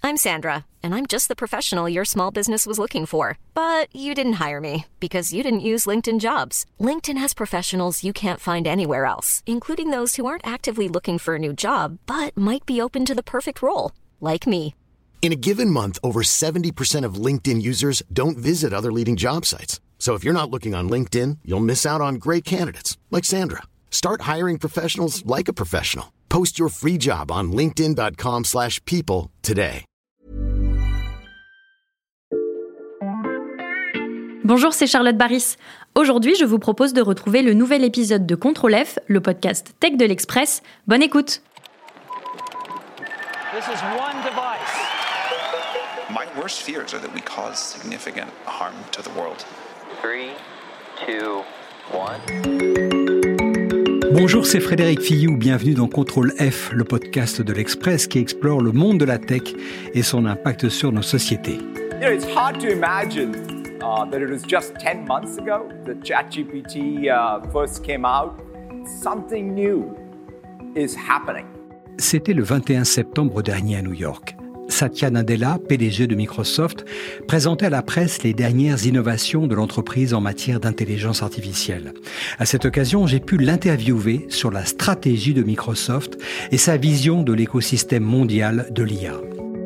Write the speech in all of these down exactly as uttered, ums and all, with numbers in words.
I'm Sandra, and I'm just the professional your small business was looking for. But you didn't hire me because you didn't use LinkedIn Jobs. LinkedIn has professionals you can't find anywhere else, including those who aren't actively looking for a new job, but might be open to the perfect role, like me. In a given month, over seventy percent of LinkedIn users don't visit other leading job sites. So if you're not looking on LinkedIn, you'll miss out on great candidates like Sandra. Start hiring professionals like a professional. Post your free job on linkedin.com slash people today. Bonjour, c'est Charlotte Baris. Aujourd'hui, je vous propose de retrouver le nouvel épisode de Contrôle F, le podcast tech de l'Express. Bonne écoute. This is one device. My worst fears are that we cause significant harm to the world. three, two, one. Bonjour, c'est Frédéric Fillou, bienvenue dans Contrôle F, le podcast de l'Express qui explore le monde de la tech et son impact sur nos sociétés. You know, it's hard to imagine uh, that it was just ten months ago that ChatGPT uh, first came out. Something new is happening. C'était le vingt et un septembre dernier à New York. Satya Nadella, P D G de Microsoft, présentait à la presse les dernières innovations de l'entreprise en matière d'intelligence artificielle. À cette occasion, j'ai pu l'interviewer sur la stratégie de Microsoft et sa vision de l'écosystème mondial de l'I A.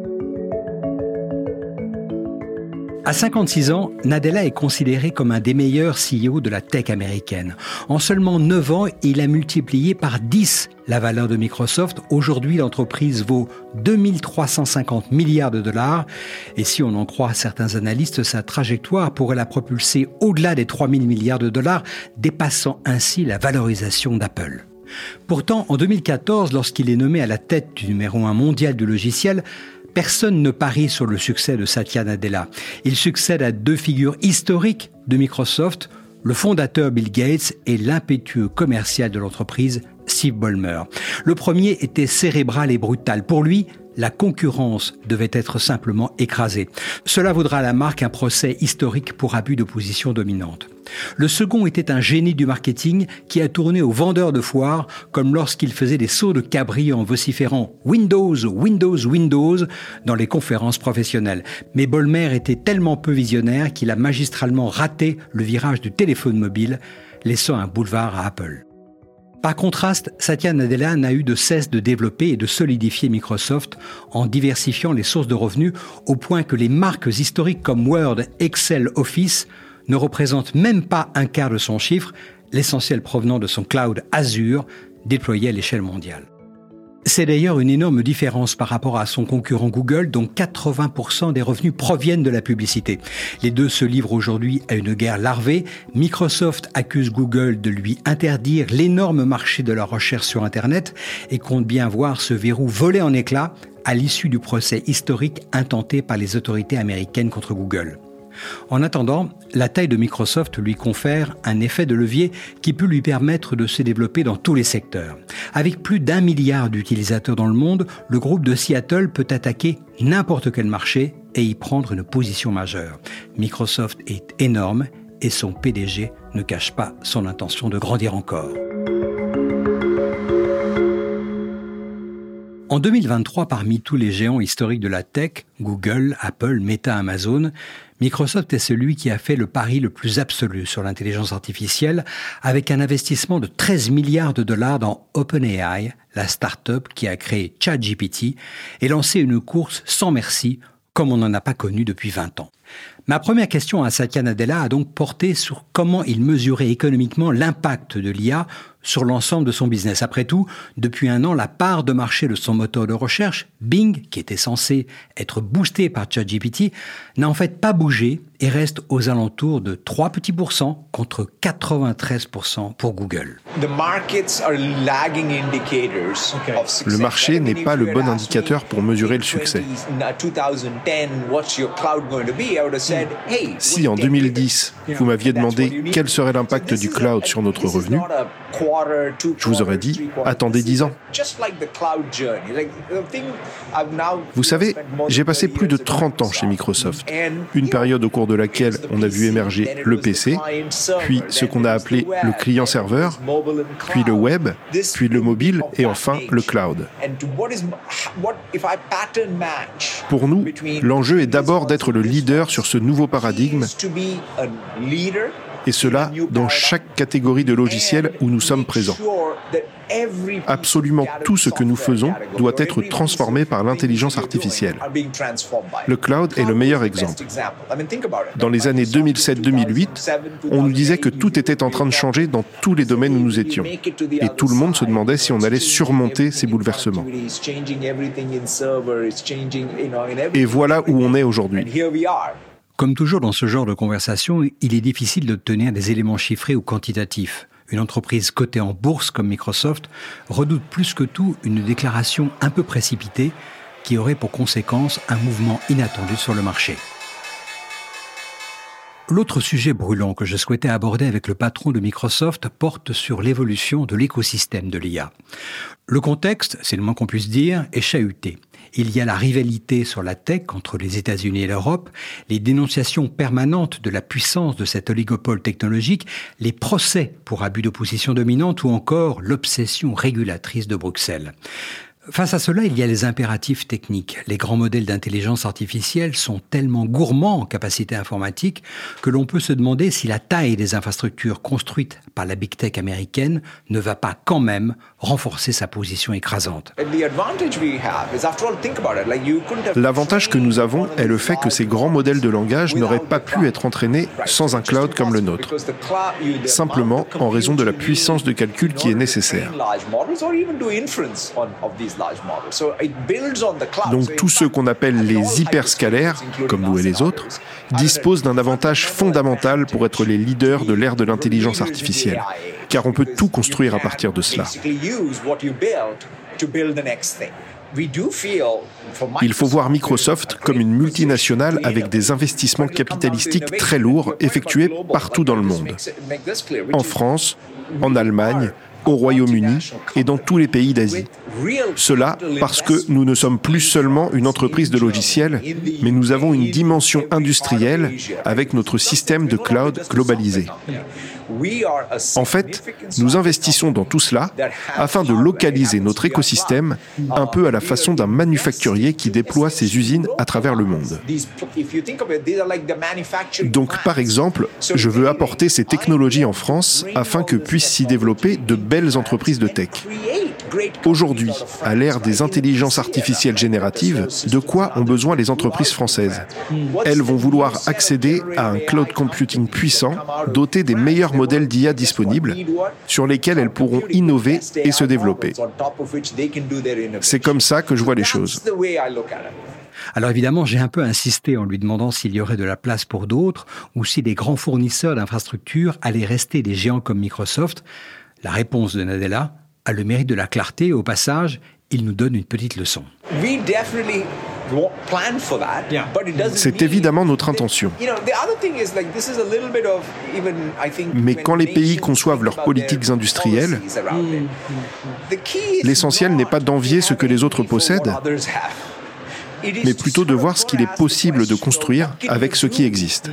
À cinquante-six ans, Nadella est considéré comme un des meilleurs C E O de la tech américaine. En seulement neuf ans, il a multiplié par dix la valeur de Microsoft. Aujourd'hui, l'entreprise vaut deux mille trois cent cinquante milliards de dollars. Et si on en croit certains analystes, sa trajectoire pourrait la propulser au-delà des trois mille milliards de dollars, dépassant ainsi la valorisation d'Apple. Pourtant, en deux mille quatorze, lorsqu'il est nommé à la tête du numéro un mondial du logiciel, personne ne parie sur le succès de Satya Nadella. Il succède à deux figures historiques de Microsoft, le fondateur Bill Gates et l'impétueux commercial de l'entreprise, Steve Ballmer. Le premier était cérébral et brutal. Pour lui, la concurrence devait être simplement écrasée. Cela vaudra à la marque un procès historique pour abus de position dominante. Le second était un génie du marketing qui a tourné aux vendeurs de foire comme lorsqu'il faisait des sauts de cabri en vociférant « Windows, Windows, Windows » dans les conférences professionnelles. Mais Ballmer était tellement peu visionnaire qu'il a magistralement raté le virage du téléphone mobile, laissant un boulevard à Apple. Par contraste, Satya Nadella n'a eu de cesse de développer et de solidifier Microsoft en diversifiant les sources de revenus au point que les marques historiques comme Word, Excel, Office ne représentent même pas un quart de son chiffre, l'essentiel provenant de son cloud Azure déployé à l'échelle mondiale. C'est d'ailleurs une énorme différence par rapport à son concurrent Google, dont quatre-vingts pour cent des revenus proviennent de la publicité. Les deux se livrent aujourd'hui à une guerre larvée. Microsoft accuse Google de lui interdire l'énorme marché de la recherche sur Internet et compte bien voir ce verrou voler en éclats à l'issue du procès historique intenté par les autorités américaines contre Google. En attendant, la taille de Microsoft lui confère un effet de levier qui peut lui permettre de se développer dans tous les secteurs. Avec plus d'un milliard d'utilisateurs dans le monde, le groupe de Seattle peut attaquer n'importe quel marché et y prendre une position majeure. Microsoft est énorme et son P D G ne cache pas son intention de grandir encore. En deux mille vingt-trois, parmi tous les géants historiques de la tech, Google, Apple, Meta, Amazon, Microsoft est celui qui a fait le pari le plus absolu sur l'intelligence artificielle avec un investissement de treize milliards de dollars dans OpenAI, la start-up qui a créé ChatGPT, et lancé une course sans merci comme on n'en a pas connu depuis vingt ans. Ma première question à Satya Nadella a donc porté sur comment il mesurait économiquement l'impact de l'I A sur l'ensemble de son business. Après tout, depuis un an, la part de marché de son moteur de recherche, Bing, qui était censé être boosté par ChatGPT, n'a en fait pas bougé et reste aux alentours de trois petits pourcents contre quatre-vingt-treize pour cent pour Google. Le marché n'est pas le bon indicateur pour mesurer le succès. Si en deux mille dix, vous m'aviez demandé quel serait l'impact du cloud sur notre revenu, je vous aurais dit, attendez dix ans. Vous savez, j'ai passé plus de trente ans chez Microsoft, une période au cours de de laquelle on a vu émerger le P C, puis ce qu'on a appelé le client-serveur, puis le web, puis le mobile et enfin le cloud. Pour nous, l'enjeu est d'abord d'être le leader sur ce nouveau paradigme, et cela dans chaque catégorie de logiciels où nous sommes présents. Absolument tout ce que nous faisons doit être transformé par l'intelligence artificielle. Le cloud est le meilleur exemple. Dans les années deux mille sept deux mille huit, on nous disait que tout était en train de changer dans tous les domaines où nous étions. Et tout le monde se demandait si on allait surmonter ces bouleversements. Et voilà où on est aujourd'hui. Comme toujours dans ce genre de conversation, il est difficile d'obtenir des éléments chiffrés ou quantitatifs. Une entreprise cotée en bourse comme Microsoft redoute plus que tout une déclaration un peu précipitée qui aurait pour conséquence un mouvement inattendu sur le marché. L'autre sujet brûlant que je souhaitais aborder avec le patron de Microsoft porte sur l'évolution de l'écosystème de l'I A. Le contexte, c'est le moins qu'on puisse dire, est chahuté. Il y a la rivalité sur la tech entre les États-Unis et l'Europe, les dénonciations permanentes de la puissance de cet oligopole technologique, les procès pour abus de position dominante ou encore l'obsession régulatrice de Bruxelles. Face à cela, il y a les impératifs techniques. Les grands modèles d'intelligence artificielle sont tellement gourmands en capacité informatique que l'on peut se demander si la taille des infrastructures construites par la big tech américaine ne va pas quand même renforcer sa position écrasante. L'avantage que nous avons est le fait que ces grands modèles de langage n'auraient pas pu être entraînés sans un cloud comme le nôtre, simplement en raison de la puissance de calcul qui est nécessaire. Donc tous ceux qu'on appelle les hyperscalaires, comme nous et les autres, disposent d'un avantage fondamental pour être les leaders de l'ère de l'intelligence artificielle, car on peut tout construire à partir de cela. Il faut voir Microsoft comme une multinationale avec des investissements capitalistiques très lourds effectués partout dans le monde, en France, en Allemagne, au Royaume-Uni et dans tous les pays d'Asie. Cela parce que nous ne sommes plus seulement une entreprise de logiciels, mais nous avons une dimension industrielle avec notre système de cloud globalisé. En fait, nous investissons dans tout cela afin de localiser notre écosystème un peu à la façon d'un manufacturier qui déploie ses usines à travers le monde. Donc, par exemple, je veux apporter ces technologies en France afin que puissent s'y développer de belles entreprises de tech. Aujourd'hui, à l'ère des intelligences artificielles génératives, de quoi ont besoin les entreprises françaises ? Elles vont vouloir accéder à un cloud computing puissant, doté des meilleurs modèles d'I A disponibles, sur lesquels elles pourront innover et se développer. C'est comme ça que je vois les choses. Alors évidemment, j'ai un peu insisté en lui demandant s'il y aurait de la place pour d'autres ou si les grands fournisseurs d'infrastructures allaient rester des géants comme Microsoft. La réponse de Nadella a le mérite de la clarté et au passage, il nous donne une petite leçon. C'est évidemment notre intention. Mais quand les pays conçoivent leurs politiques industrielles, l'essentiel n'est pas d'envier ce que les autres possèdent, mais plutôt de voir ce qu'il est possible de construire avec ce qui existe.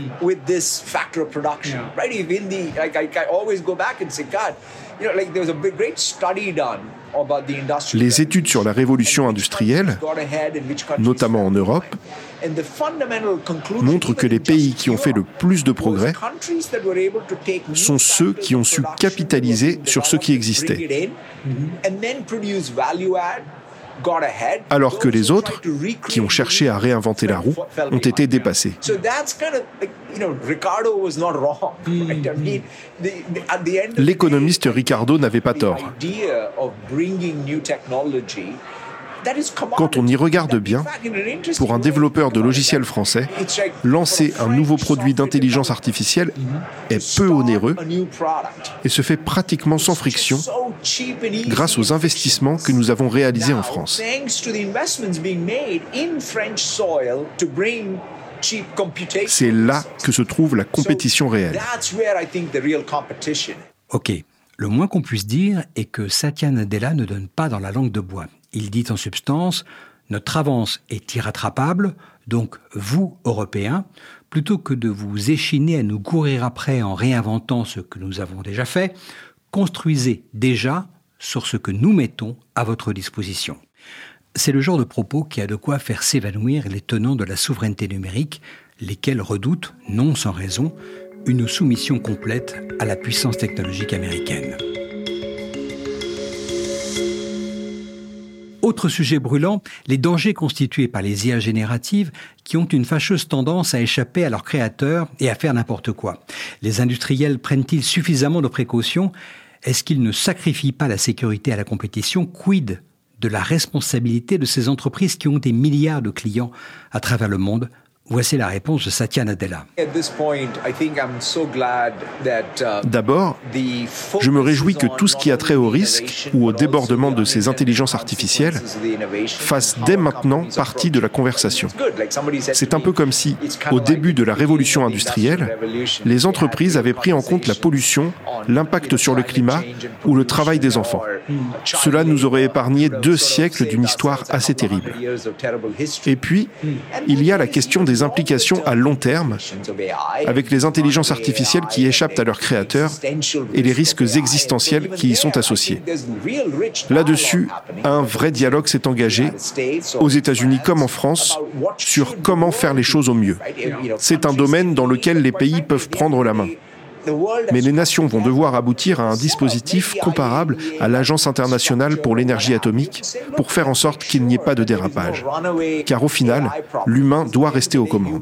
Les études sur la révolution industrielle, notamment en Europe, montrent que les pays qui ont fait le plus de progrès sont ceux qui ont su capitaliser sur ce qui existait, alors que les autres, qui ont cherché à réinventer la roue, ont été dépassés. L'économiste Ricardo n'avait pas tort. Quand on y regarde bien, pour un développeur de logiciels français, lancer un nouveau produit d'intelligence artificielle est peu onéreux et se fait pratiquement sans friction grâce aux investissements que nous avons réalisés en France. C'est là que se trouve la compétition réelle. Ok, le moins qu'on puisse dire est que Satya Nadella ne donne pas dans la langue de bois. Il dit en substance, Notre avance est irrattrapable, donc vous, Européens, plutôt que de vous échiner à nous courir après en réinventant ce que nous avons déjà fait, construisez déjà sur ce que nous mettons à votre disposition. C'est le genre de propos qui a de quoi faire s'évanouir les tenants de la souveraineté numérique, lesquels redoutent, non sans raison, une soumission complète à la puissance technologique américaine. Autre sujet brûlant, les dangers constitués par les I A génératives qui ont une fâcheuse tendance à échapper à leurs créateurs et à faire n'importe quoi. Les industriels prennent-ils suffisamment de précautions ? Est-ce qu'ils ne sacrifient pas la sécurité à la compétition ? Quid de la responsabilité de ces entreprises qui ont des milliards de clients à travers le monde ? Voici la réponse de Satya Nadella. D'abord, je me réjouis que tout ce qui a trait au risque ou au débordement de ces intelligences artificielles fasse dès maintenant partie de la conversation. C'est un peu comme si, au début de la révolution industrielle, les entreprises avaient pris en compte la pollution, l'impact sur le climat ou le travail des enfants. Cela nous aurait épargné deux siècles d'une histoire assez terrible. Et puis, il y a la question des implications à long terme, avec les intelligences artificielles qui échappent à leurs créateurs et les risques existentiels qui y sont associés. Là-dessus, un vrai dialogue s'est engagé, aux États-Unis comme en France, sur comment faire les choses au mieux. C'est un domaine dans lequel les pays peuvent prendre la main. Mais les nations vont devoir aboutir à un dispositif comparable à l'Agence internationale pour l'énergie atomique pour faire en sorte qu'il n'y ait pas de dérapage. Car au final, l'humain doit rester aux commandes.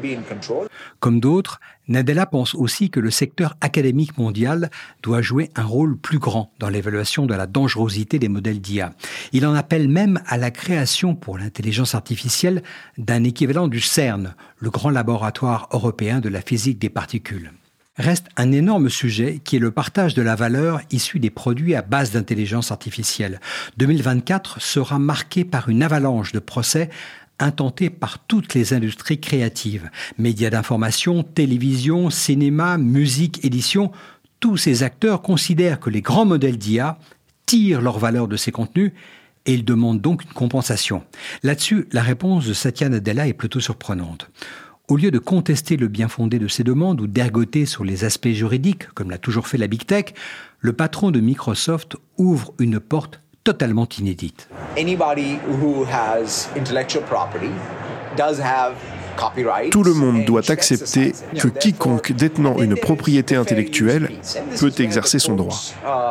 Comme d'autres, Nadella pense aussi que le secteur académique mondial doit jouer un rôle plus grand dans l'évaluation de la dangerosité des modèles d'I A. Il en appelle même à la création pour l'intelligence artificielle d'un équivalent du CERN, le grand laboratoire européen de la physique des particules. Reste un énorme sujet qui est le partage de la valeur issue des produits à base d'intelligence artificielle. deux mille vingt-quatre sera marqué par une avalanche de procès intentés par toutes les industries créatives. Médias d'information, télévision, cinéma, musique, édition, tous ces acteurs considèrent que les grands modèles d'I A tirent leur valeur de ces contenus et ils demandent donc une compensation. Là-dessus, la réponse de Satya Nadella est plutôt surprenante. Au lieu de contester le bien-fondé de ces demandes ou d'ergoter sur les aspects juridiques, comme l'a toujours fait la Big Tech, le patron de Microsoft ouvre une porte totalement inédite. Anybody who has intellectual property does have Tout le monde doit accepter que quiconque détenant une propriété intellectuelle peut exercer son droit.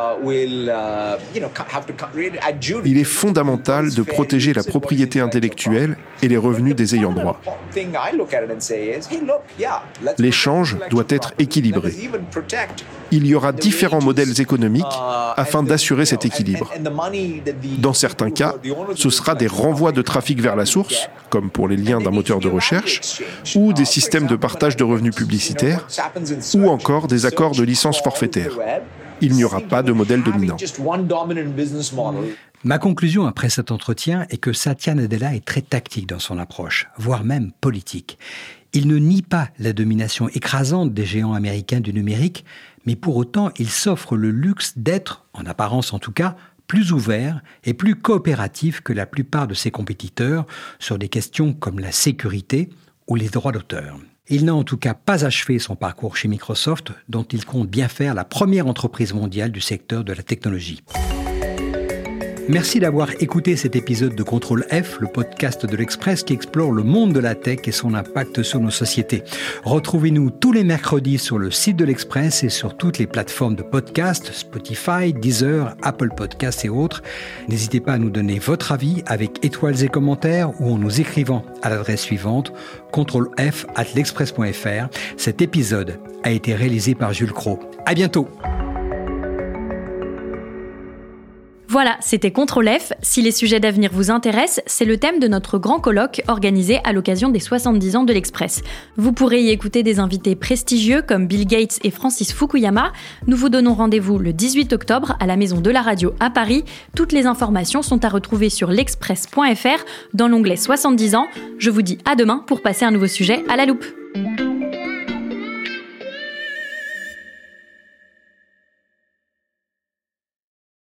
Il est fondamental de protéger la propriété intellectuelle et les revenus des ayants droit. L'échange doit être équilibré. Il y aura différents modèles économiques afin d'assurer cet équilibre. Dans certains cas, ce sera des renvois de trafic vers la source, comme pour les liens d'un moteur de recherche, ou des systèmes de partage de revenus publicitaires, ou encore des accords de licence forfaitaire. Il n'y aura pas de modèle dominant. Ma conclusion après cet entretien est que Satya Nadella est très tactique dans son approche, voire même politique. Il ne nie pas la domination écrasante des géants américains du numérique, mais pour autant, il s'offre le luxe d'être, en apparence en tout cas, plus ouvert et plus coopératif que la plupart de ses compétiteurs sur des questions comme la sécurité ou les droits d'auteur. Il n'a en tout cas pas achevé son parcours chez Microsoft, dont il compte bien faire la première entreprise mondiale du secteur de la technologie. Merci d'avoir écouté cet épisode de Contrôle F, le podcast de l'Express qui explore le monde de la tech et son impact sur nos sociétés. Retrouvez-nous tous les mercredis sur le site de l'Express et sur toutes les plateformes de podcast, Spotify, Deezer, Apple Podcasts et autres. N'hésitez pas à nous donner votre avis avec étoiles et commentaires ou en nous écrivant à l'adresse suivante contrôle f arobase l'express point f r. Cet épisode a été réalisé par Jules Cros. À bientôt. Voilà, c'était Contrôle F. Si les sujets d'avenir vous intéressent, c'est le thème de notre grand colloque organisé à l'occasion des soixante-dix ans de l'Express. Vous pourrez y écouter des invités prestigieux comme Bill Gates et Francis Fukuyama. Nous vous donnons rendez-vous le dix-huit octobre à la Maison de la Radio à Paris. Toutes les informations sont à retrouver sur l'express point f r dans l'onglet soixante-dix ans. Je vous dis à demain pour passer un nouveau sujet à la loupe.